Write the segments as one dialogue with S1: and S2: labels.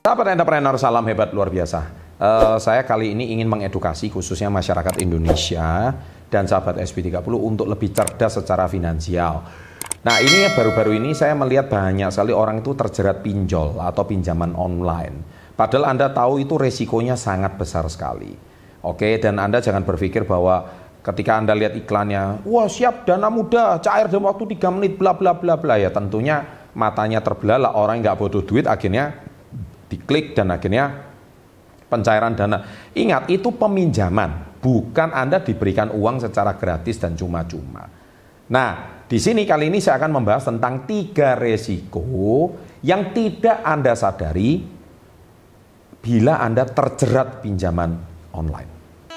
S1: Sahabat entrepreneur, salam hebat luar biasa. Saya kali ini ingin mengedukasi khususnya masyarakat Indonesia dan sahabat SP30 untuk lebih cerdas secara finansial. Nah, ini baru-baru ini saya melihat banyak sekali orang itu terjerat pinjol atau pinjaman online. Padahal Anda tahu itu resikonya sangat besar sekali. Oke, dan Anda jangan berpikir bahwa ketika Anda lihat iklannya, wah siap dana mudah, cair dalam waktu 3 menit, bla bla bla bla. Ya tentunya matanya terbelalak, orang nggak butuh duit akhirnya diklik dan akhirnya pencairan dana. Ingat, itu peminjaman, bukan Anda diberikan uang secara gratis dan cuma-cuma. Nah, di sini kali ini saya akan membahas tentang 3 resiko yang tidak Anda sadari bila Anda terjerat pinjaman online.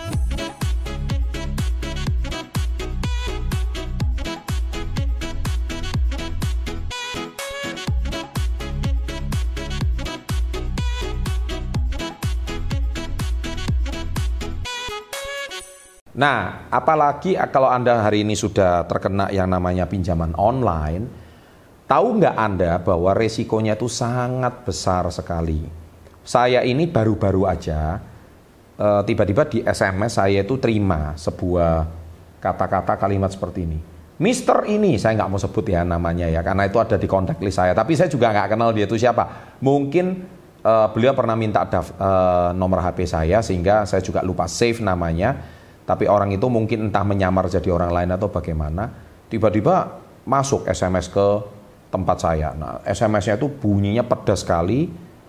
S1: Nah, apalagi kalau Anda hari ini sudah terkena yang namanya pinjaman online, tahu nggak Anda bahwa resikonya itu sangat besar sekali. Saya ini baru-baru aja, tiba-tiba di SMS saya itu terima sebuah kata-kata kalimat seperti ini. Mister ini, saya nggak mau sebut ya namanya ya, karena itu ada di kontak list saya. Tapi saya juga nggak kenal dia itu siapa. Mungkin beliau pernah minta nomor HP saya, sehingga saya juga lupa save namanya. Tapi orang itu mungkin entah menyamar jadi orang lain atau bagaimana, tiba-tiba masuk SMS ke tempat saya. Nah, SMS-nya itu bunyinya pedas sekali,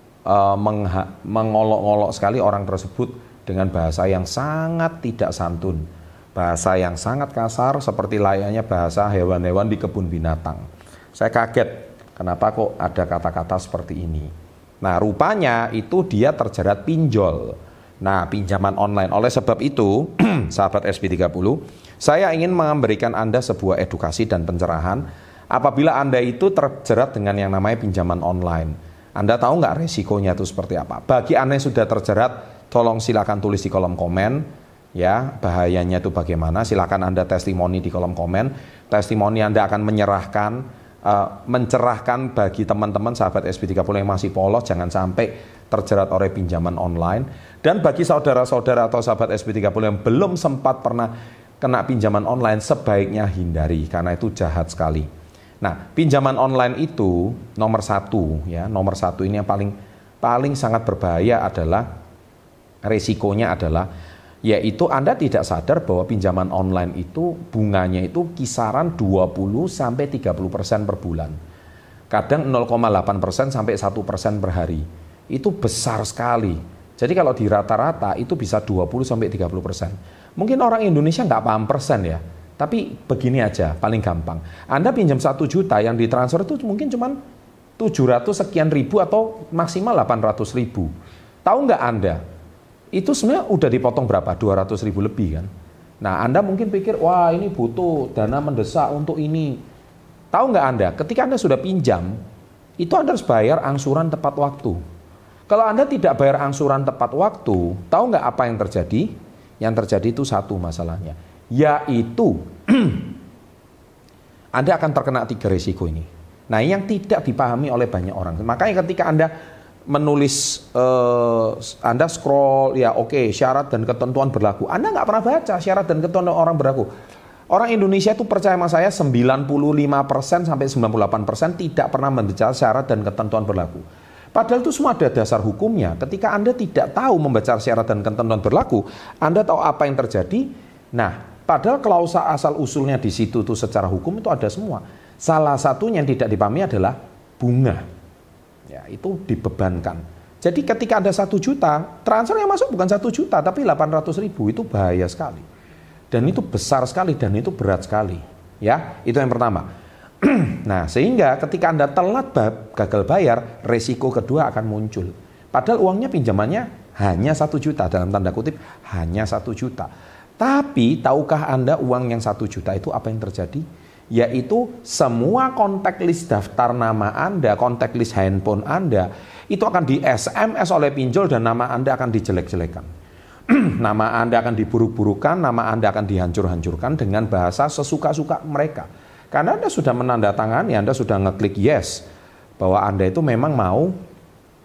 S1: mengolok-olok sekali orang tersebut dengan bahasa yang sangat tidak santun. Bahasa yang sangat kasar seperti layaknya bahasa hewan-hewan di kebun binatang. Saya kaget, kenapa kok ada kata-kata seperti ini. Nah, rupanya itu dia terjerat pinjol. Nah, pinjaman online. Oleh sebab itu, sahabat SP30, saya ingin memberikan Anda sebuah edukasi dan pencerahan apabila Anda itu terjerat dengan yang namanya pinjaman online. Anda tahu nggak resikonya itu seperti apa? Bagi Anda yang sudah terjerat, tolong silakan tulis di kolom komen, ya, bahayanya itu bagaimana. Silakan Anda testimoni di kolom komen. Testimoni Anda akan mencerahkan bagi teman-teman sahabat SP30 yang masih polos, jangan sampai terjerat oleh pinjaman online. Dan bagi saudara-saudara atau sahabat SP30 yang belum sempat pernah kena pinjaman online, sebaiknya hindari karena itu jahat sekali. Nah, pinjaman online itu nomor satu ini yang paling sangat berbahaya adalah resikonya adalah yaitu Anda tidak sadar bahwa pinjaman online itu bunganya itu kisaran 20-30% per bulan. Kadang 0,8% sampai 1% per hari. Itu besar sekali. Jadi kalau di rata-rata itu bisa 20-30%. Mungkin orang Indonesia nggak paham persen ya. Tapi begini aja, paling gampang. Anda pinjam 1 juta yang ditransfer itu mungkin cuma 700 sekian ribu atau maksimal 800 ribu. Tahu nggak Anda? Itu sebenarnya udah dipotong berapa? 200 ribu lebih kan? Nah, Anda mungkin pikir, wah ini butuh dana mendesak untuk ini. Tahu nggak Anda? Ketika Anda sudah pinjam, itu Anda harus bayar angsuran tepat waktu. Kalau Anda tidak bayar angsuran tepat waktu, tahu nggak apa yang terjadi? Yang terjadi itu satu masalahnya, yaitu Anda akan terkena 3 risiko ini. Nah, yang tidak dipahami oleh banyak orang. Makanya ketika Anda menulis, Anda scroll, ya oke, syarat dan ketentuan berlaku. Anda nggak pernah baca syarat dan ketentuan orang berlaku. Orang Indonesia itu percaya sama saya 95% sampai 98% tidak pernah membaca syarat dan ketentuan berlaku. Padahal itu semua ada dasar hukumnya. Ketika Anda tidak tahu membaca syarat dan ketentuan berlaku, Anda tahu apa yang terjadi. Nah, padahal klausa asal usulnya di situ tuh secara hukum itu ada semua. Salah satunya yang tidak dipahami adalah bunga. Ya, itu dibebankan. Jadi ketika Anda 1 juta, transfer yang masuk bukan 1 juta, tapi 800 ribu, itu bahaya sekali. Dan itu besar sekali dan itu berat sekali. Ya, itu yang pertama. Nah, sehingga ketika Anda telat gagal bayar, resiko kedua akan muncul. Padahal uangnya pinjamannya hanya 1 juta, dalam tanda kutip hanya 1 juta. Tapi tahukah Anda uang yang 1 juta itu apa yang terjadi? Yaitu semua kontak list daftar nama Anda, kontak list handphone Anda, itu akan di SMS oleh pinjol dan nama Anda akan dijelek-jelekan. Nama Anda akan diburuk-burukan, nama Anda akan dihancur-hancurkan dengan bahasa sesuka-suka mereka. Karena Anda sudah menandatangani, Anda sudah ngeklik yes, bahwa Anda itu memang mau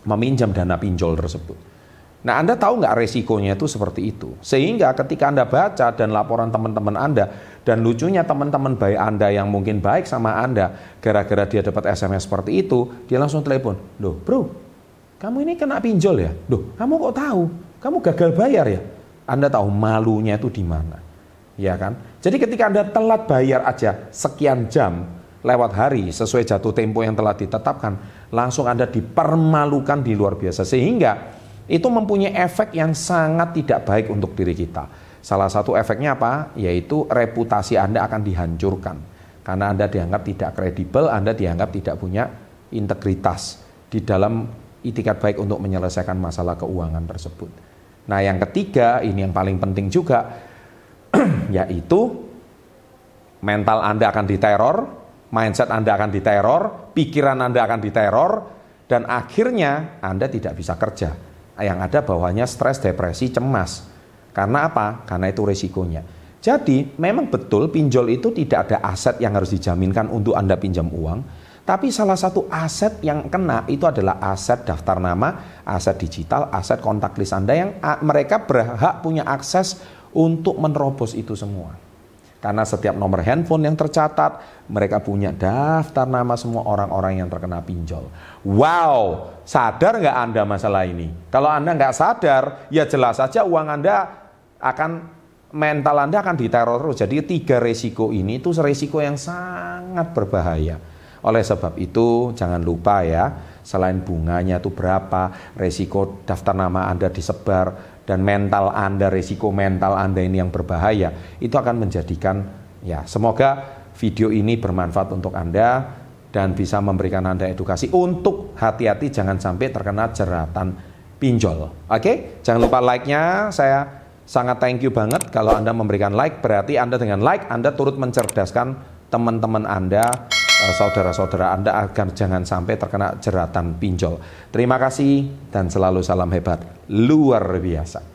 S1: meminjam dana pinjol tersebut. Nah, Anda tahu nggak resikonya itu seperti itu? Sehingga ketika Anda baca dan laporan teman-teman Anda, dan lucunya teman-teman baik Anda yang mungkin baik sama Anda, gara-gara dia dapat SMS seperti itu, dia langsung telepon, "Loh bro, kamu ini kena pinjol ya? Loh, kamu kok tahu? Kamu gagal bayar ya?" Anda tahu malunya itu di mana? Ya kan? Jadi ketika Anda telat bayar aja sekian jam lewat hari sesuai jatuh tempo yang telah ditetapkan, langsung Anda dipermalukan di luar biasa, sehingga itu mempunyai efek yang sangat tidak baik untuk diri kita. Salah satu efeknya apa? Yaitu reputasi Anda akan dihancurkan. Karena Anda dianggap tidak kredibel, Anda dianggap tidak punya integritas di dalam itikat baik untuk menyelesaikan masalah keuangan tersebut. Nah, yang ketiga, ini yang paling penting juga, yaitu mental Anda akan diteror, mindset Anda akan diteror, pikiran Anda akan diteror, dan akhirnya Anda tidak bisa kerja. Yang ada bawahnya stres, depresi, cemas. Karena apa? Karena itu resikonya. Jadi memang betul pinjol itu tidak ada aset yang harus dijaminkan untuk Anda pinjam uang. Tapi salah satu aset yang kena itu adalah aset daftar nama, aset digital, aset kontak list Anda yang mereka berhak punya akses untuk menerobos itu semua. Karena setiap nomor handphone yang tercatat, mereka punya daftar nama semua orang-orang yang terkena pinjol. Wow, sadar nggak Anda masalah ini? Kalau Anda nggak sadar, ya jelas saja uang Anda mental Anda akan diteror terus. Jadi 3 resiko ini itu resiko yang sangat berbahaya. Oleh sebab itu, jangan lupa ya, selain bunganya itu berapa, resiko daftar nama Anda disebar, dan mental Anda, resiko mental Anda ini yang berbahaya, itu akan menjadikan, ya semoga video ini bermanfaat untuk Anda dan bisa memberikan Anda edukasi untuk hati-hati jangan sampai terkena jeratan pinjol. Oke, jangan lupa like-nya, saya sangat thank you banget kalau Anda memberikan like, berarti Anda dengan like, Anda turut mencerdaskan teman-teman Anda, saudara-saudara Anda agar jangan sampai terkena jeratan pinjol. Terima kasih dan selalu salam hebat luar biasa.